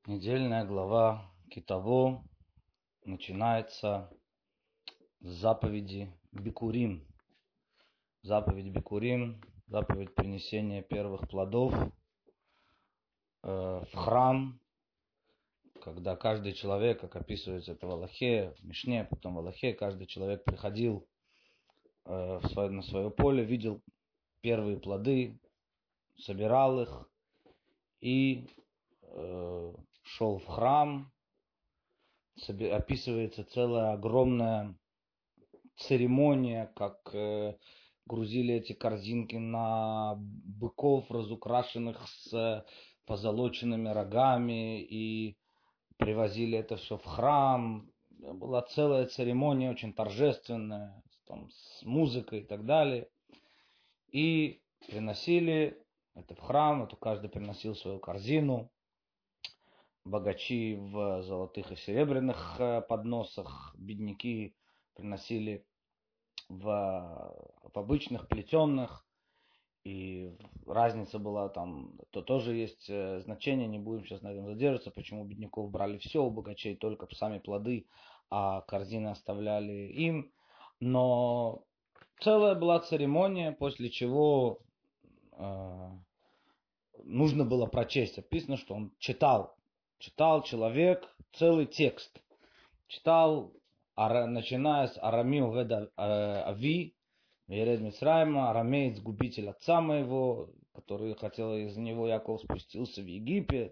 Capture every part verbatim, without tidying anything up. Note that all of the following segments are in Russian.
Недельная глава Китаво начинается с заповеди Бикурим. Заповедь Бикурим, заповедь принесения первых плодов э, в храм, когда каждый человек, как описывается это в Алахе, в Мишне, потом в Алахе, каждый человек приходил э, в свое, на свое поле, видел первые плоды, собирал их и э, шел в храм. Описывается целая огромная церемония, как э, грузили эти корзинки на быков, разукрашенных с позолоченными рогами, и привозили это все в храм. Была целая церемония, очень торжественная, там, с музыкой и так далее. И приносили это в храм, это каждый приносил свою корзину. Богачи в золотых и серебряных подносах, бедняки приносили в, в обычных плетеных, и разница была там, то тоже есть значение, не будем сейчас на этом задерживаться, почему у бедняков брали все, у богачей только сами плоды, а корзины оставляли им. Но целая была церемония, после чего э, нужно было прочесть. Описано, что он читал. Читал человек целый текст. Читал, начиная с Арами Уведа Ави, Веред Мицраима, арамеец, губитель отца моего, который хотел, из него Яков спустился в Египет.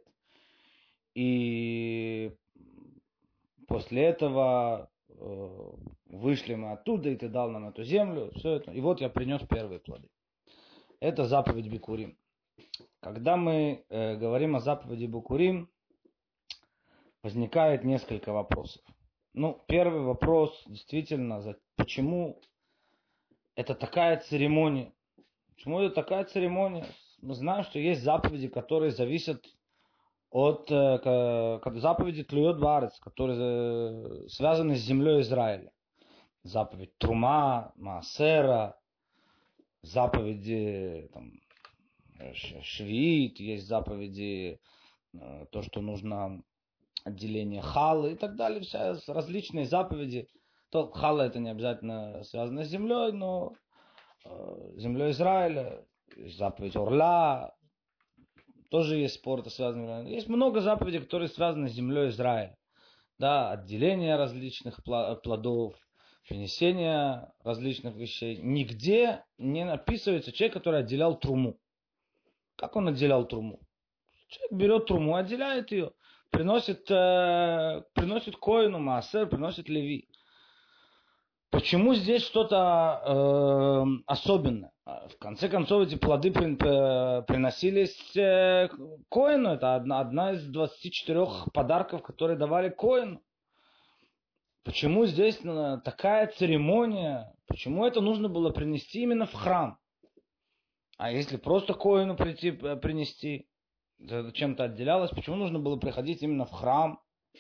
И после этого вышли мы оттуда, и ты дал нам эту землю. Все это. И вот я принес первые плоды. Это заповедь Бикурим. Когда мы э, говорим о заповеди Бикурим, возникает несколько вопросов. Ну, первый вопрос, действительно, почему это такая церемония? Почему это такая церемония? Мы знаем, что есть заповеди, которые зависят от э, заповеди Тлуйот Баарец, которые связаны с землей Израиля. Заповедь Трума, Маасера, заповеди там, Швиит, есть заповеди, э, то, что нужно отделение халы и так далее, все различные заповеди. То хала это не обязательно связано с землей, но э, землей Израиля, заповедь Орла, тоже есть спор, это связано. Есть много заповедей, которые связаны с землей Израиля. Да, отделение различных плодов, принесение различных вещей. Нигде не написывается человек, который отделял труму. Как он отделял труму? Человек берет труму, отделяет ее. Приносит, э, приносит коину, маасер, приносит леви. Почему здесь что-то э, особенное? В конце концов, эти плоды при, э, приносились э, коину. Это одна, одна из двадцати четырёх подарков, которые давали коину. Почему здесь такая церемония? Почему это нужно было принести именно в храм? А если просто коину прийти, принести? Чем-то отделялось, почему нужно было приходить именно в храм?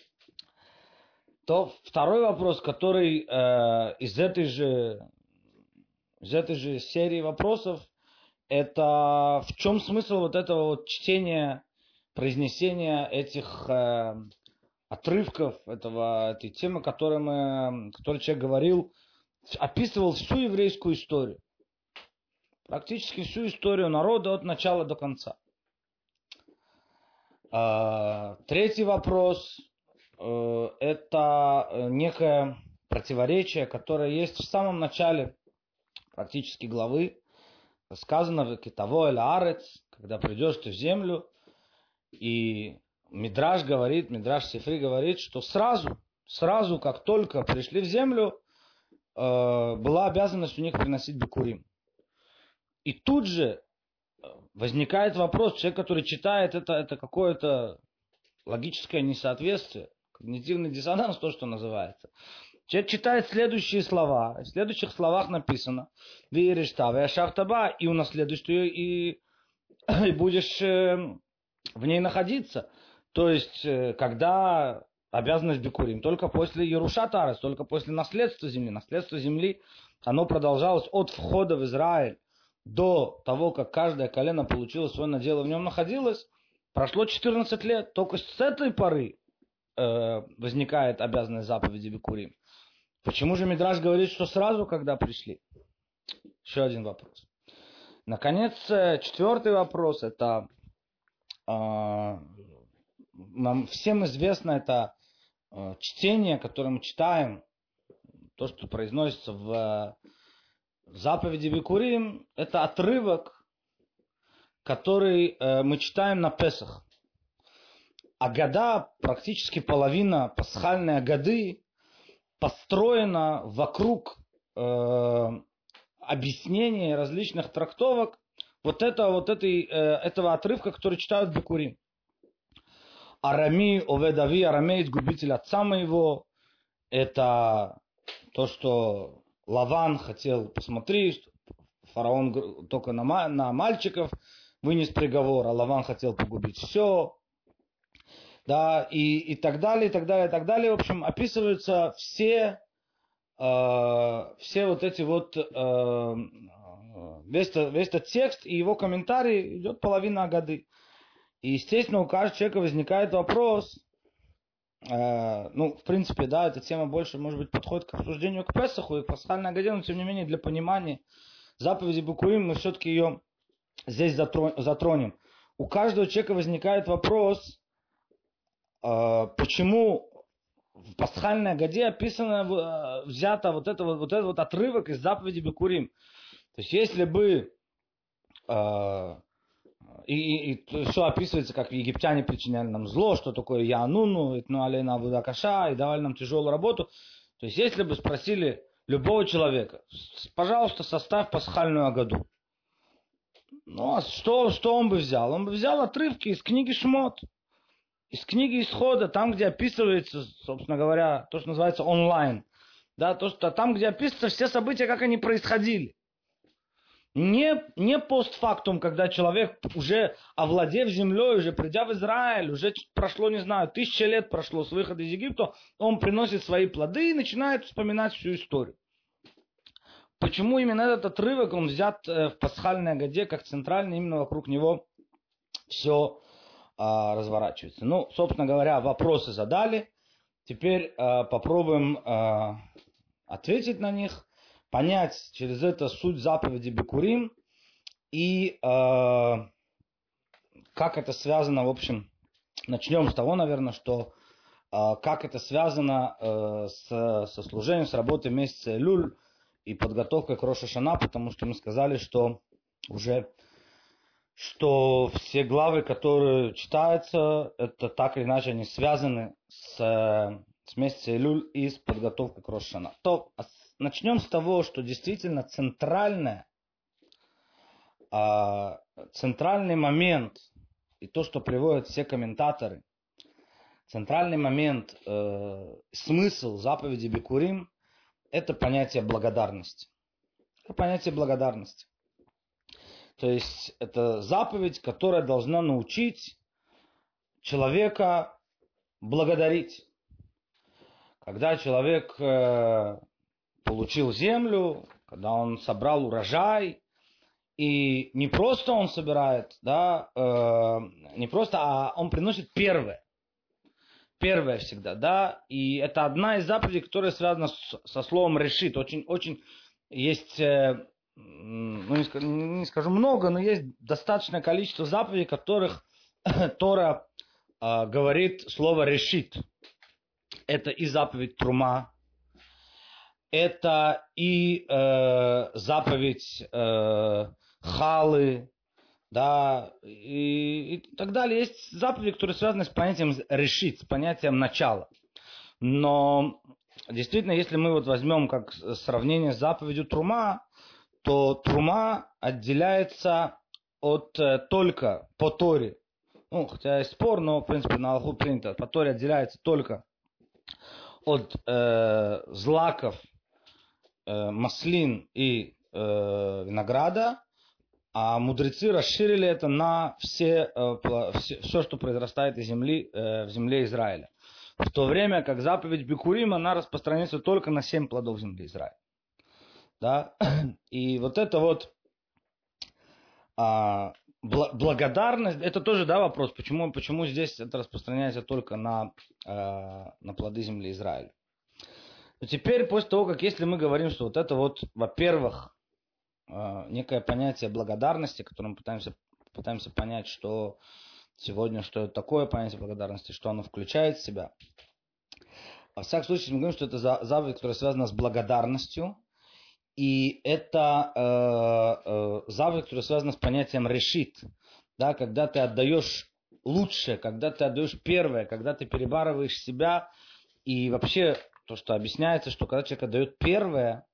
То второй вопрос, который э, из этой же из этой же серии вопросов, это в чем смысл вот этого вот чтения, произнесения этих э, отрывков, этого, этой темы, которой мы, которой человек говорил, описывал всю еврейскую историю. Практически всю историю народа от начала до конца. Третий вопрос – это некое противоречие, которое есть в самом начале практически главы. Сказано в Китаво эль Арец, когда придешь ты в землю, и Мидраш говорит, Мидраш Сифри говорит, что сразу, сразу, как только пришли в землю, была обязанность у них приносить бикурим. И тут же возникает вопрос, человек, который читает, это, это какое-то логическое несоответствие, когнитивный диссонанс, то, что называется. Человек читает следующие слова, в следующих словах написано «Виерештава шахтаба», и унаследуешь ее, и, и будешь в ней находиться. То есть, когда обязанность бикурим, только после Еруша Тарес, только после наследства земли. Наследство земли, оно продолжалось от входа в Израиль до того, как каждое колено получило свое надел и в нем находилось, Прошло четырнадцать лет, только с этой поры э, возникает обязанность заповеди Бикурим. Почему же Мидраш говорит, что сразу, когда пришли? Еще один вопрос. Наконец, четвертый вопрос, это э, нам всем известно, это э, чтение, которое мы читаем, то, что произносится в заповеди Бикурим, это отрывок, который э, мы читаем на Песах. Агада, практически половина пасхальной агады, построена вокруг э, объяснения различных трактовок вот, это, вот этой, э, этого отрывка, который читают в Бикурим. Арами, оведави, арамеец, губитель отца моего. Это то, что Лаван хотел посмотреть. Фараон только на, на мальчиков вынес приговор, а Лаван хотел погубить все. Да, и, и так далее, и так далее, и так далее. В общем, описываются все, э, все вот эти вот, э, весь, весь этот текст и его комментарий, идет половина Агады. И, естественно, у каждого человека возникает вопрос, э, ну, в принципе, да, эта тема больше, может быть, подходит к обсуждению к Песаху и к пасхальной Агаде, но, тем не менее, для понимания заповеди Бикурим мы все-таки ее здесь затронем. У каждого человека возникает вопрос, почему в пасхальной Агаде описано, взято вот, это, вот этот вот отрывок из заповеди Бикурим. То есть, если бы э, и, и, и все описывается, как египтяне причиняли нам зло, что такое Януну, Итну алейна Будакаша, и давали нам тяжелую работу. То есть, если бы спросили любого человека, пожалуйста, составь пасхальную Агаду. Ну, а что, что он бы взял? Он бы взял отрывки из книги Шмот. Из книги Исхода, там, где описывается, собственно говоря, то, что называется онлайн, да, то, что там, где описываются все события, как они происходили. Не, не постфактум, когда человек, уже овладев землей, уже придя в Израиль, уже прошло, не знаю, тысяча лет прошло с выхода из Египта, он приносит свои плоды и начинает вспоминать всю историю. Почему именно этот отрывок, он взят в пасхальной Агаде, как центральный, именно вокруг него все разворачивается. Ну, собственно говоря, вопросы задали. Теперь э, попробуем э, ответить на них, понять через это суть заповеди Бикурим и э, как это связано, в общем, начнем с того, наверное, что э, как это связано э, с, со служением, с работой месяца Элюль и подготовкой к Рош ха-Шана, потому что мы сказали, что уже что все главы, которые читаются, это так или иначе они связаны с, с месяцем Элюль и с подготовкой к Рош ха-Шана. То начнем с того, что действительно центральное, а, центральный момент, и то, что приводят все комментаторы, центральный момент, э, смысл заповеди Бикурим, это понятие благодарности. Это понятие благодарности. То есть это заповедь, которая должна научить человека благодарить. Когда человек э, получил землю, когда он собрал урожай, и не просто он собирает, да, э, не просто, а он приносит первое. Первое всегда, да, и это одна из заповедей, которая связана с, со словом решит. Очень, очень есть... Э, ну, не, не скажу много, но есть достаточное количество заповедей, которых Тора э, говорит слово решит. Это и заповедь Трума, это и э, заповедь э, Халы, да, и, и так далее. Есть заповеди, которые связаны с понятием решит, с понятием начала. Но действительно, если мы вот возьмем как сравнение с заповедью Трума, то Трума отделяется от э, только по Торе. Ну, хотя есть спор, но в принципе на Аллаху принято. По Торе отделяется только от э, злаков, э, маслин и э, винограда, а мудрецы расширили это на все, э, все, все что произрастает из земли, э, в земле Израиля. В то время как заповедь Бикурим, она распространяется только на семь плодов земли Израиля. Да? И вот это вот а, благодарность, это тоже, да, вопрос, почему, почему здесь это распространяется только на, э, на плоды земли Израиля. Но теперь, после того, как если мы говорим, что вот это вот, во-первых, э, некое понятие благодарности, которое мы пытаемся, пытаемся понять, что сегодня, что это такое понятие благодарности, что оно включает в себя. Во всяком случае, мы говорим, что это заповедь, которая связана с благодарностью, и это э, э, заповедь, которая связана с понятием решит, да, когда ты отдаешь лучшее, когда ты отдаешь первое, когда ты перебарываешь себя, и вообще то, что объясняется, что когда человек отдает первое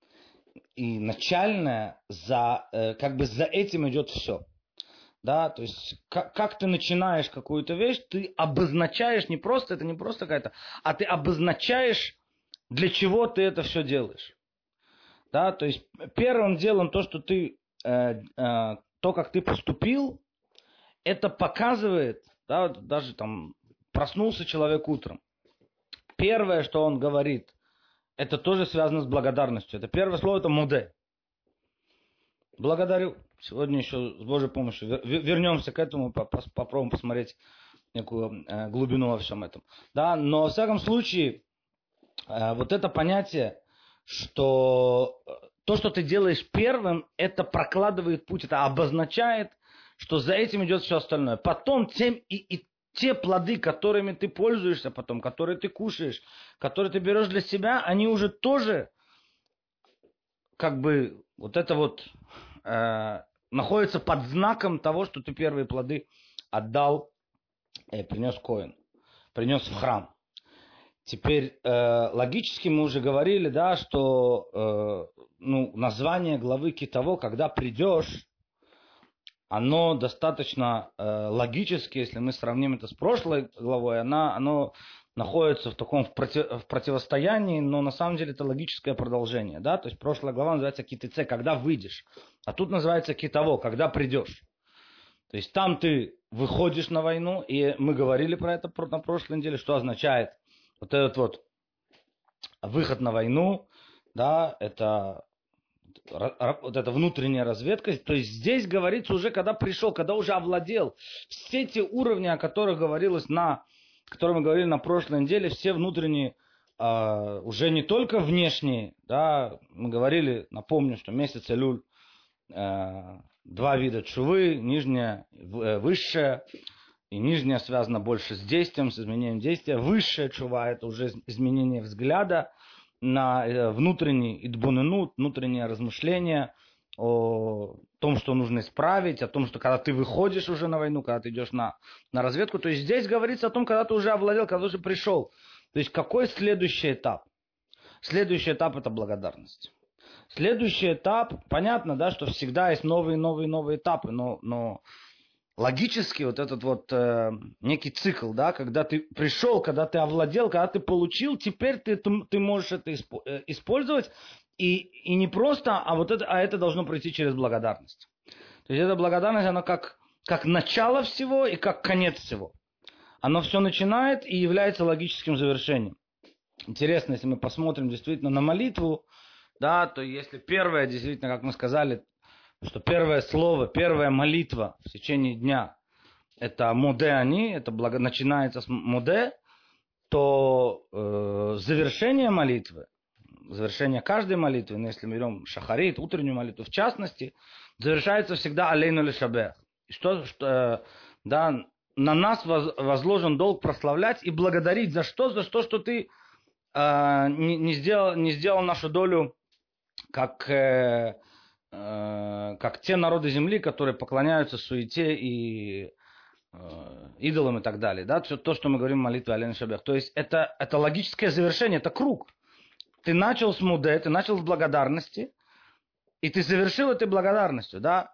и начальное, за, э, как бы за этим идет все. Да, то есть как, как ты начинаешь какую-то вещь, ты обозначаешь, не просто, это не просто какая-то, а ты обозначаешь, для чего ты это все делаешь. Да, то есть первым делом то, что ты, э, э, то, как ты поступил, это показывает, да, даже там проснулся человек утром. Первое, что он говорит, это тоже связано с благодарностью. Это первое слово, это муде. Благодарю. Сегодня еще с Божьей помощью вернемся к этому, попробуем посмотреть некую глубину во всем этом. Да, но во всяком случае, вот это понятие, что то, что ты делаешь первым, это прокладывает путь, это обозначает, что за этим идет все остальное. Потом тем и, и те плоды, которыми ты пользуешься потом, которые ты кушаешь, которые ты берешь для себя, они уже тоже как бы вот это вот э, находятся под знаком того, что ты первые плоды отдал, э, принес коэн, принес в храм. Теперь э, логически мы уже говорили, да, что э, ну, название главы Китово, когда придешь, оно достаточно э, логически, если мы сравним это с прошлой главой, она, оно находится в таком в, против, в противостоянии, но на самом деле это логическое продолжение. Да? То есть прошлая глава называется Китыце, когда выйдешь, а тут называется Китово, когда придешь. То есть там ты выходишь на войну, и мы говорили про это на прошлой неделе, что означает вот этот вот выход на войну, да, это вот эта внутренняя разведка. То есть здесь говорится уже, когда пришел, когда уже овладел. Все те уровни, о которых говорилось на, о которых мы говорили на прошлой неделе, все внутренние, э, уже не только внешние, да, мы говорили, напомню, что месяц Элюль, э, два вида чувы, нижняя, высшая, и нижняя связана больше с действием, с изменением действия. Высшая чува — это уже изменение взгляда на внутренний идбуненут, внутреннее размышление о том, что нужно исправить, о том, что когда ты выходишь уже на войну, когда ты идешь на, на разведку. То есть здесь говорится о том, когда ты уже овладел, когда ты уже пришел. То есть какой следующий этап? Следующий этап — это благодарность. Следующий этап, понятно, да, что всегда есть новые, новые, новые этапы, но, но логически вот этот вот э, некий цикл, да, когда ты пришел, когда ты овладел, когда ты получил, теперь ты, ты, ты можешь это использовать, и, и не просто, а вот это, а это должно пройти через благодарность. То есть эта благодарность, она как, как начало всего и как конец всего. Оно все начинает и является логическим завершением. Интересно, если мы посмотрим действительно на молитву, да, то если первое, действительно, как мы сказали, что первое слово, первая молитва в течение дня это моде они, это благо, начинается с моде, то э, завершение молитвы, завершение каждой молитвы, ну, если мы берем шахарит, утреннюю молитву в частности, завершается всегда алейну лешабех. Что, что, да, на нас возложен долг прославлять и благодарить за что? За то, что ты э, не, не, сделал, не сделал нашу долю как... Э, как те народы земли, которые поклоняются суете и э, идолам и так далее. Да? Все то, что мы говорим в молитве Ален Шабех. То есть это, это логическое завершение, это круг. Ты начал с муде, ты начал с благодарности, и ты завершил этой благодарностью. Да?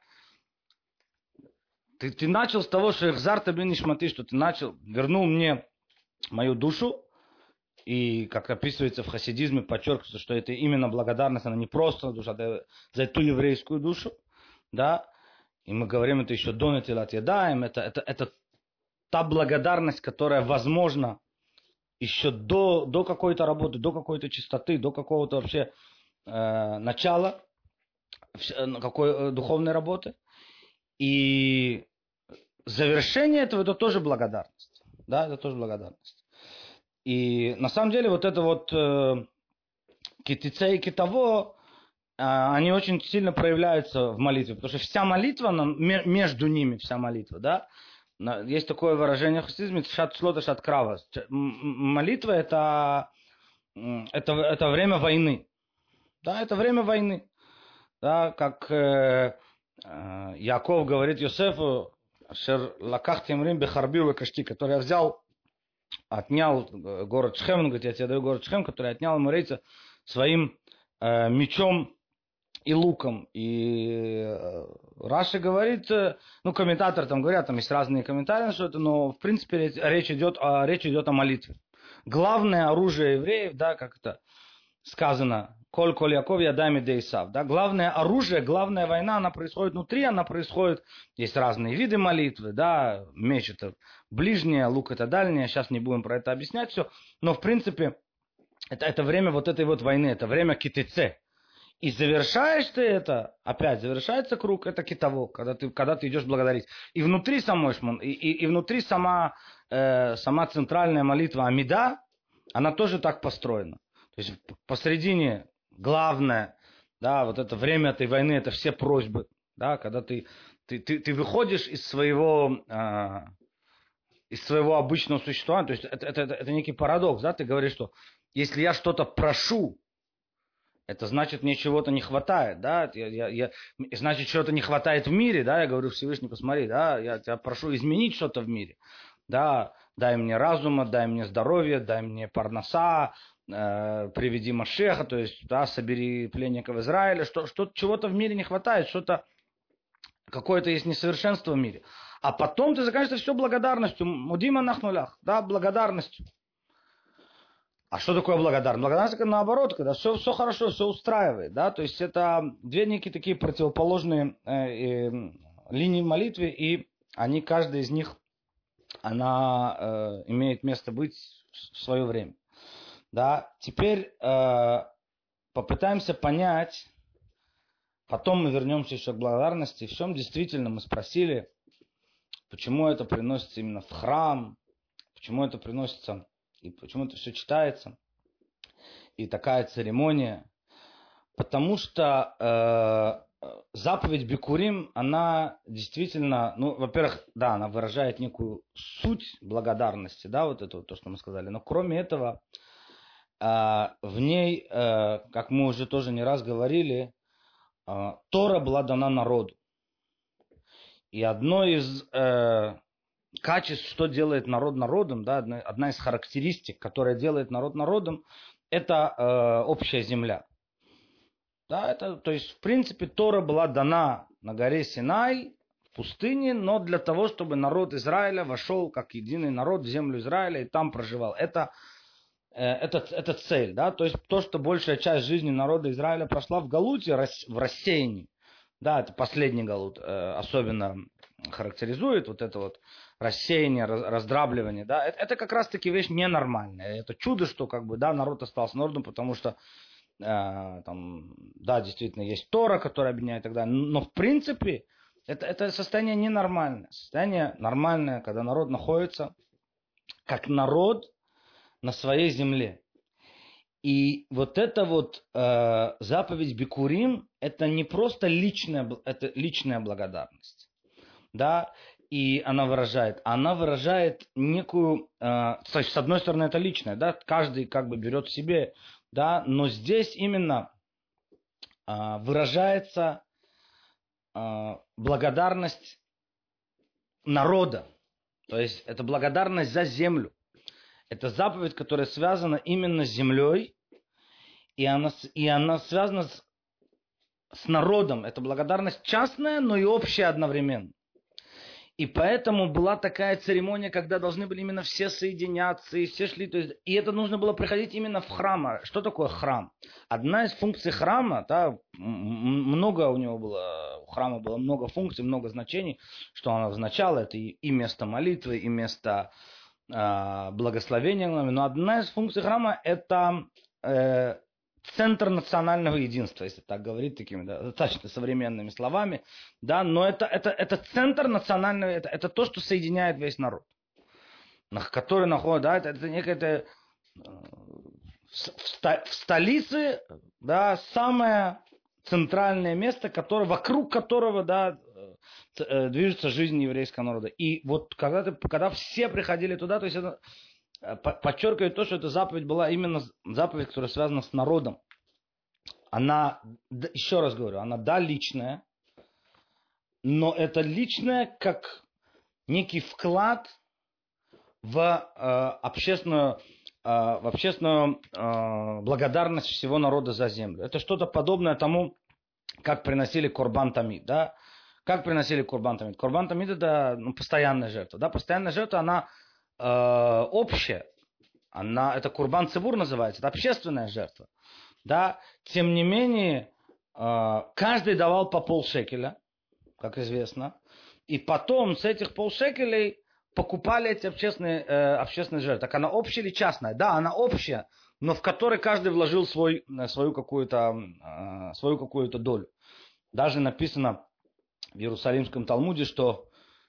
Ты, ты начал с того, что ихзар тебе нишмати, что ты начал, вернул мне мою душу. И, как описывается в хасидизме, подчеркивается, что это именно благодарность, она не просто душа, это за ту еврейскую душу, да, и мы говорим это еще до натилат ядаем, это, это, это та благодарность, которая возможна еще до, до какой-то работы, до какой-то чистоты, до какого-то вообще э, начала какой, э, духовной работы. И завершение этого это тоже благодарность. Да, это тоже благодарность. И на самом деле вот это вот э, китице и китово, э, они очень сильно проявляются в молитве, потому что вся молитва, между ними вся молитва, да, есть такое выражение в хасидизме, шат шлота, шат крава. Молитва это, это, это время войны. Да, это время войны. Да, как э, э, Яков говорит Йосефу, Шер лаках темрим бехарбиру и кашти, который я взял, отнял город Шхем, он говорит, я тебе даю город Шхем, который отнял аморейца своим э, мечом и луком. И э, Раши говорит, э, ну, комментаторы там говорят, там есть разные комментарии, что это, но в принципе речь идет, о, речь идет о молитве. Главное оружие евреев, да, как это сказано, коль коль Яков ядами дейсав, да, главное оружие, главная война, она происходит внутри, она происходит, есть разные виды молитвы, да, меч это ближнее, лук это дальнее, сейчас не будем про это объяснять все, но в принципе это, это время вот этой вот войны, это время китеце. И завершаешь ты это, опять завершается круг, это китово, когда ты, когда ты идешь благодарить. И внутри самой шмон, и, и, и внутри сама, э, сама центральная молитва Амида, она тоже так построена. То есть посредине главное, да, вот это время этой войны, это все просьбы, да, когда ты, ты, ты, ты выходишь из своего, э, из своего обычного существования, то есть это, это, это, это некий парадокс, да, ты говоришь, что если я что-то прошу, это значит, мне чего-то не хватает, да, я, я, я, значит, чего-то не хватает в мире, да, я говорю, Всевышний, посмотри, да, я тебя прошу изменить что-то в мире, да, дай мне разума, дай мне здоровье, дай мне парноса, э, приведи Машеха, то есть, да, собери пленников Израиля, что, что, чего-то в мире не хватает, что-то, какое-то есть несовершенство в мире. А потом ты заканчиваешь все благодарностью, мудима нахнулях, да, благодарностью. А что такое благодарность? Благодарность это наоборот, когда все, все хорошо, все устраивает, да, то есть это две некие такие противоположные э, э, линии молитвы, и они, каждая из них, она э, имеет место быть в свое время, да. Теперь э, попытаемся понять, потом мы вернемся еще к благодарности, в чем действительно мы спросили, почему это приносится именно в храм, почему это приносится и почему это все читается, и такая церемония. Потому что э, заповедь Бикурим, она действительно, ну, во-первых, да, она выражает некую суть благодарности, да, вот это вот то, что мы сказали. Но кроме этого, э, в ней, э, как мы уже тоже не раз говорили, э, Тора была дана народу. И одно из э, качеств, что делает народ народом, да, одна, одна из характеристик, которая делает народ народом, это э, общая земля. Да, это, то есть, в принципе, Тора была дана на горе Синай, в пустыне, но для того, чтобы народ Израиля вошел как единый народ в землю Израиля и там проживал. Это, э, это, это цель. Да? То есть, то, что большая часть жизни народа Израиля прошла в Галуте, в рассеянии. Да, это последний Галут э, особенно характеризует вот это вот рассеяние, раздравливание, да, это, это как раз-таки вещь ненормальная. Это чудо, что как бы, да, народ остался народом, потому что э, там, да, действительно есть Тора, которая объединяет и так далее. Но в принципе это, это состояние ненормальное. Состояние нормальное, когда народ находится как народ на своей земле. И вот эта вот э, заповедь Бикурим, это не просто личная, это личная благодарность, да, и она выражает, она выражает некую, э, то есть с одной стороны это личное, да, каждый как бы берет себе, да, но здесь именно э, выражается э, благодарность народа, то есть это благодарность за землю. Это заповедь, которая связана именно с землей, и она, и она связана с, с народом. Это благодарность частная, но и общая одновременно. И поэтому была такая церемония, когда должны были именно все соединяться, и все шли. То есть, и это нужно было приходить именно в храм. Что такое храм? Одна из функций храма, да, много у него было, у храма было много функций, много значений, что оно означало. Это и, и место молитвы, и место благословения, но одна из функций храма это э, центр национального единства, если так говорить такими да, достаточно современными словами, да, но это, это, это центр национального, это, это то, что соединяет весь народ, который находится, да, это, это некое, это, в, в столице, да, самое центральное место, которое, вокруг которого, да, движется жизнь еврейского народа. И вот когда, ты, когда все приходили туда, то есть это подчеркивает то, что эта заповедь была именно заповедь, которая связана с народом. Она, еще раз говорю, она да, личная, но это личное как некий вклад в э, общественную, э, в общественную э, благодарность всего народа за землю. Это что-то подобное тому, как приносили Корбан Тамид. Да? Как приносили Корбан Тамид? Корбан Тамид это ну, постоянная жертва. Да? Постоянная жертва, она э, общая. Она, это Курбан Цибур называется, это общественная жертва. Да? Тем не менее, э, каждый давал по полшекеля, как известно. И потом с этих полшекелей покупали эти общественные, э, общественные жертвы. Так она общая или частная? Да, она общая, но в которой каждый вложил свой, свою, какую-то, э, свою какую-то долю. Даже написано в Иерусалимском Талмуде, что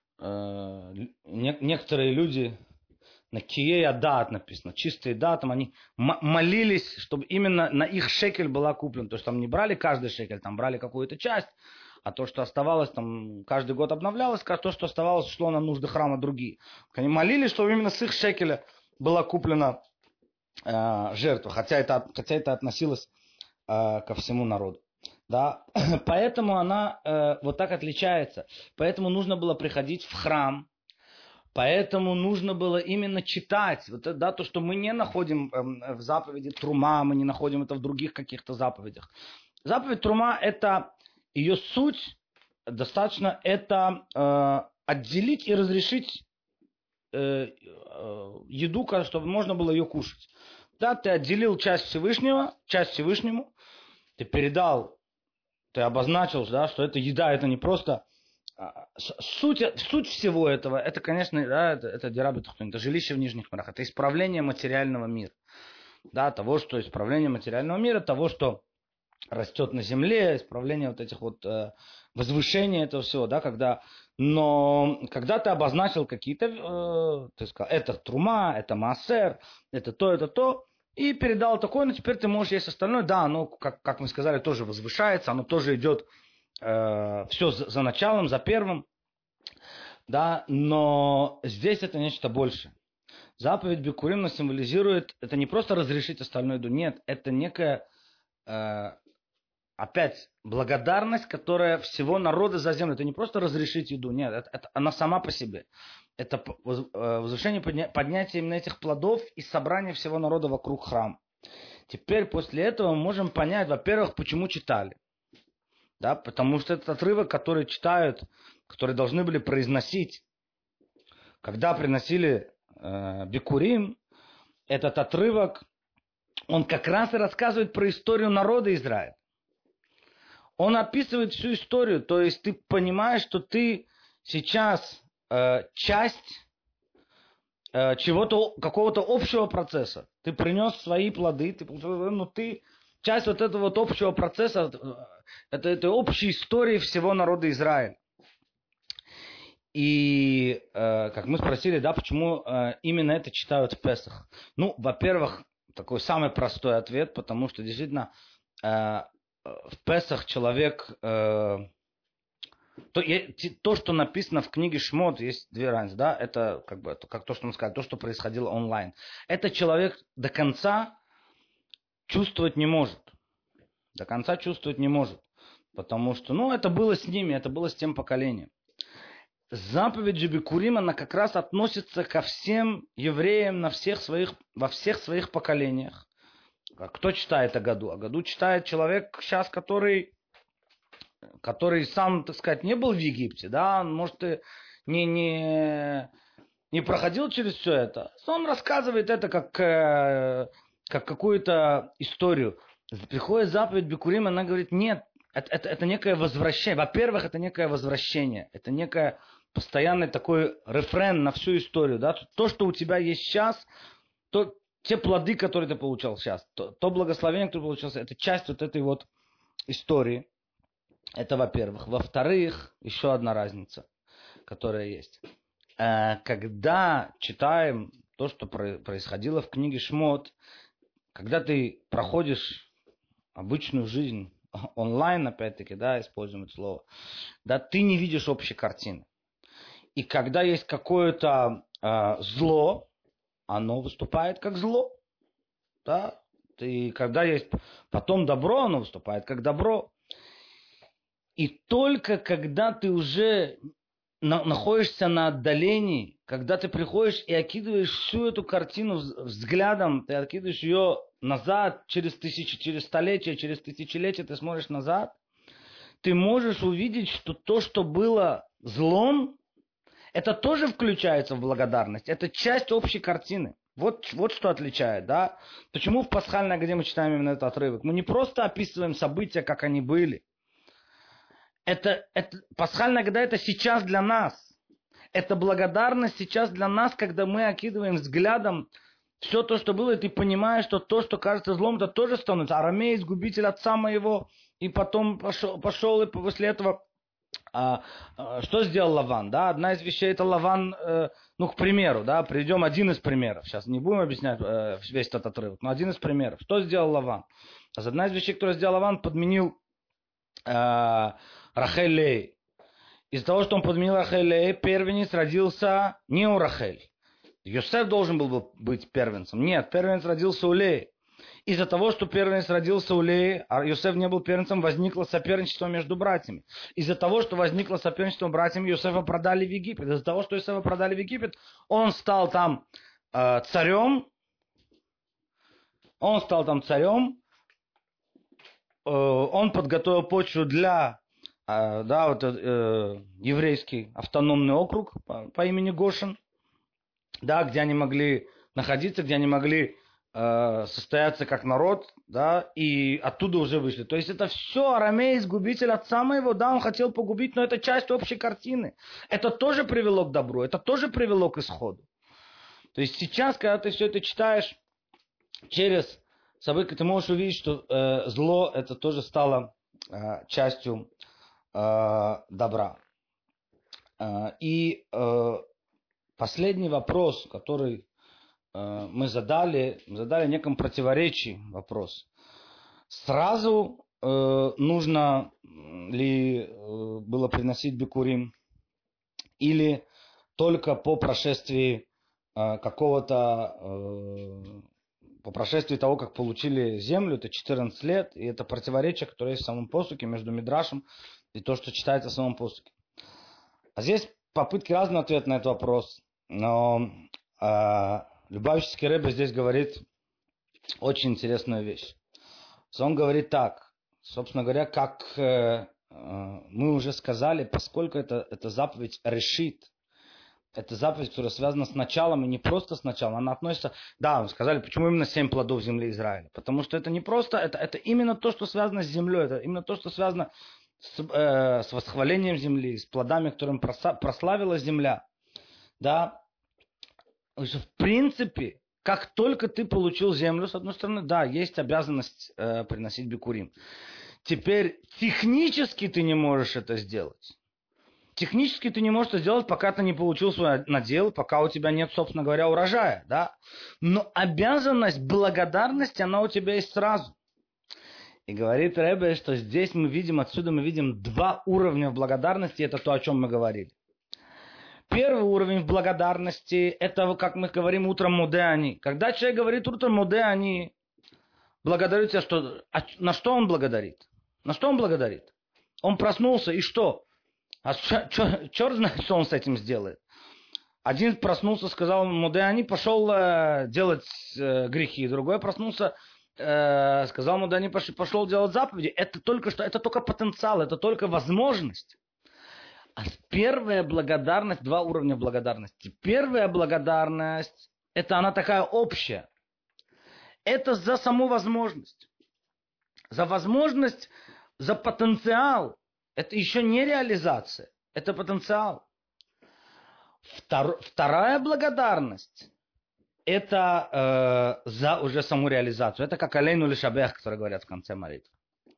э, не, некоторые люди, на киея дат написано, чистые датом, они м- молились, чтобы именно на их шекель была куплена. То есть там не брали каждый шекель, там брали какую-то часть, а то, что оставалось, там каждый год обновлялось, а то, что оставалось, шло на нужды храма другие. Они молились, чтобы именно с их шекеля была куплена э, жертва, хотя это, хотя это относилось э, ко всему народу. Да? Поэтому она э, вот так отличается. Поэтому нужно было приходить в храм, поэтому нужно было именно читать. Вот, да, то, что мы не находим э, в заповеди Трума, мы не находим это в других каких-то заповедях. Заповедь Трума это... Ее суть достаточно это э, отделить и разрешить э, э, еду, чтобы можно было ее кушать. Да, ты отделил часть Всевышнего, часть Всевышнему, ты передал, ты обозначил, да, что это еда, это не просто... А, суть, суть всего этого, это, конечно, да, это, это дирабитахтун, это жилище в нижних мирах, это исправление материального мира. Да, того, что исправление материального мира, того, что растет на земле, исправление вот этих вот э, возвышения этого всего, да, когда, но когда ты обозначил какие-то, э, ты сказал, это трума, это маасер, это то, это то, и передал такое, но теперь ты можешь есть остальное, да, оно, как, как мы сказали, тоже возвышается, оно тоже идет э, все за, за началом, за первым, да, но здесь это нечто большее. Заповедь Бикурим символизирует, это не просто разрешить остальную еду, нет, это некая э, опять, благодарность, которая всего народа за землю. Это не просто разрешить еду, нет, это, это она сама по себе. Это возвышение, подня, поднятие именно этих плодов и собрание всего народа вокруг храма. Теперь после этого мы можем понять, во-первых, почему читали. Да, потому что этот отрывок, который читают, которые должны были произносить, когда приносили э, Бикурим, этот отрывок, он как раз и рассказывает про историю народа Израиля. Он описывает всю историю, то есть ты понимаешь, что ты сейчас э, часть э, чего-то, какого-то общего процесса. Ты принес свои плоды, ты, ну, ты часть вот этого вот общего процесса, это, это общей истории всего народа Израиля. И, э, как мы спросили, да, почему э, именно это читают в Песах? Ну, во-первых, такой самый простой ответ, потому что действительно... Э, в Песах человек, э, то, то, что написано в книге Шмот, есть две разницы, да, это как бы как то, что он сказал, то, что происходило онлайн. Это человек до конца чувствовать не может, до конца чувствовать не может, потому что, ну, это было с ними, это было с тем поколением. Заповедь же Бикурим, она как раз относится ко всем евреям на всех своих, во всех своих поколениях. Кто читает о году? О году читает человек сейчас, который, который сам, так сказать, не был в Египте, да, может, и не, не, не проходил через все это. Он рассказывает это как, как какую-то историю. Приходит заповедь Бикурим, она говорит, нет, это, это, это некое возвращение. Во-первых, это некое возвращение, это некое постоянный такой рефрен на всю историю, да, то, что у тебя есть сейчас, то те плоды, которые ты получал сейчас, то, то благословение, которое получилось, это часть вот этой вот истории. Это во-первых. Во-вторых, еще одна разница, которая есть. Когда читаем то, что происходило в книге Шмот, когда ты проходишь обычную жизнь онлайн, опять-таки, да, используем это слово, да, ты не видишь общей картины. И когда есть какое-то э, зло, оно выступает как зло. Да? И когда есть потом добро, оно выступает как добро. И только когда ты уже на, находишься на отдалении, когда ты приходишь и окидываешь всю эту картину взглядом, ты окидываешь ее назад, через тысячи, через столетия, через тысячелетия, ты смотришь назад, ты можешь увидеть, что то, что было злом, это тоже включается в благодарность. Это часть общей картины. Вот, вот что отличает, да? Почему в пасхальной Агаде мы читаем именно этот отрывок? Мы не просто описываем события, как они были. Это, это, пасхальная Агада это сейчас для нас. Это благодарность сейчас для нас, когда мы окидываем взглядом все то, что было, и ты понимаешь, что то, что кажется злом, это тоже становится. Арамеец, губитель отца моего, и потом пошел, пошел и после этого... А, а, что сделал Лаван? Да? Одна из вещей это Лаван, э, ну, к примеру, да, приведем один из примеров. Сейчас не будем объяснять э, весь этот отрывок, но один из примеров. Что сделал Лаван? Одна из вещей, которую сделал Лаван, подменил э, Рахель Леи. Из-за того, что он подменил Рахель Леи, первенец родился не у Рахель. Йосеф должен был быть первенцем. Нет, первенец родился у Леи. Из-за того, что первенец родился у Леи, а Йосеф не был первенцем, возникло соперничество между братьями. Из-за того, что возникло соперничество между братьями, Йосефа продали в Египет. Из-за того, что Йосефа продали в Египет, он стал там э, царем. Он стал там царем. Э, он подготовил почву для, э, да, вот, э, еврейский автономный округ по, по имени Гошен, да, где они могли находиться, где они могли состояться как народ, да, и оттуда уже вышли. То есть это все арамеец, губитель отца моего, да, он хотел погубить, но это часть общей картины. Это тоже привело к добру, это тоже привело к исходу. То есть сейчас, когда ты все это читаешь, через события ты можешь увидеть, что э, зло это тоже стало э, частью э, добра. Э, и э, последний вопрос, который мы задали, мы задали неком противоречии вопрос. Сразу э, нужно ли э, было приносить бикурим, или только по прошествии э, какого-то, э, по прошествии того, как получили землю, это четырнадцать лет, и это противоречие, которое есть в самом посуке между Мидрашем и то, что читается в самом посуке. А здесь попытки разного ответа на этот вопрос, но э, Любавический Ребе здесь говорит очень интересную вещь. Он говорит так, собственно говоря, как э, э, мы уже сказали, поскольку это, это заповедь решит, это заповедь, которая связана с началом, и не просто с началом, она относится, да, мы сказали, почему именно семь плодов земли Израиля, потому что это не просто, это, это именно то, что связано с землей, это именно то, что связано с, э, с восхвалением земли, с плодами, которым прославила земля, да. В принципе, как только ты получил землю, с одной стороны, да, есть обязанность э, приносить бикурим. Теперь технически ты не можешь это сделать. Технически ты не можешь это сделать, пока ты не получил свой надел, пока у тебя нет, собственно говоря, урожая, да. Но обязанность благодарности, она у тебя есть сразу. И говорит Ребе, что здесь мы видим, отсюда мы видим два уровня благодарности, это то, о чем мы говорили. Первый уровень в благодарности, это, как мы говорим, утром мудеани. Когда человек говорит утром мудеани, благодарит тебя, что, а на что он благодарит? На что он благодарит? Он проснулся, и что? А черт знает, что он с этим сделает. Один проснулся, сказал мудеани, пошел э, делать э, грехи. Другой проснулся, э, сказал мудеани, пошел делать заповеди. Это только что, это только потенциал, это только возможность. А первая благодарность, два уровня благодарности. Первая благодарность, это она такая общая. Это за саму возможность. За возможность, за потенциал. Это еще не реализация, это потенциал. Втор, вторая благодарность, это э, за уже саму реализацию. Это как алейну лишабех, которые говорят в конце молитвы.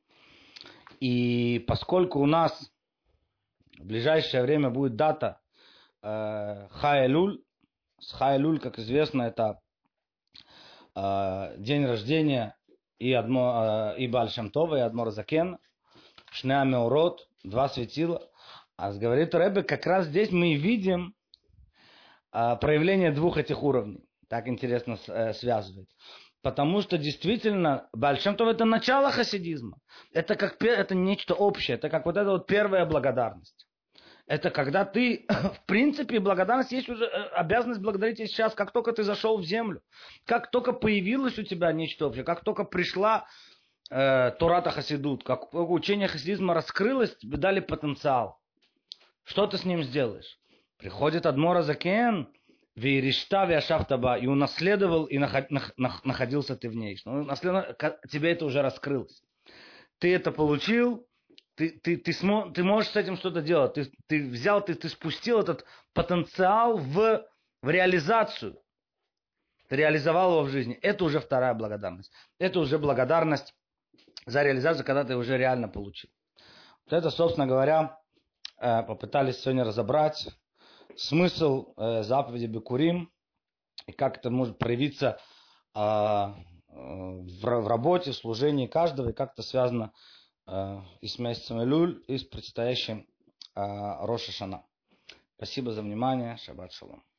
И поскольку у нас в ближайшее время будет дата э, Ха-Элуль, с Ха-Элуль, как известно, это э, день рождения и, Адмо, э, и Бааль Шем Това, и Адмора Закен, Шнеа Меорот, два светила. А говорит Ребе, как раз здесь мы видим э, проявление двух этих уровней. Так интересно э, связывает. Потому что действительно Бааль Шем Това это начало хасидизма. Это, как, это нечто общее. Это как вот эта вот первая благодарность. Это когда ты, в принципе, благодарность есть уже обязанность благодарить сейчас, как только ты зашел в землю. Как только появилось у тебя нечто общее. Как только пришла э, Тората Хасидут. Как учение хасидизма раскрылось, тебе дали потенциал. Что ты с ним сделаешь? Приходит Адмора Закен, Вейришта Вяшафтаба, и унаследовал, и находился ты в ней. Тебе это уже раскрылось. Ты это получил, ты, ты, ты, смо, ты можешь с этим что-то делать. Ты, ты взял, ты, ты спустил этот потенциал в, в реализацию. Ты реализовал его в жизни. Это уже вторая благодарность. Это уже благодарность за реализацию, когда ты уже реально получил. Вот это, собственно говоря, попытались сегодня разобрать. Смысл э, заповеди Бикурим и как это может проявиться э, э, в, в работе, в служении каждого, и как это связано э, и с месяцем Элюль, и с предстоящим э, Рош ха-Шана. Спасибо за внимание. Шаббат шалом.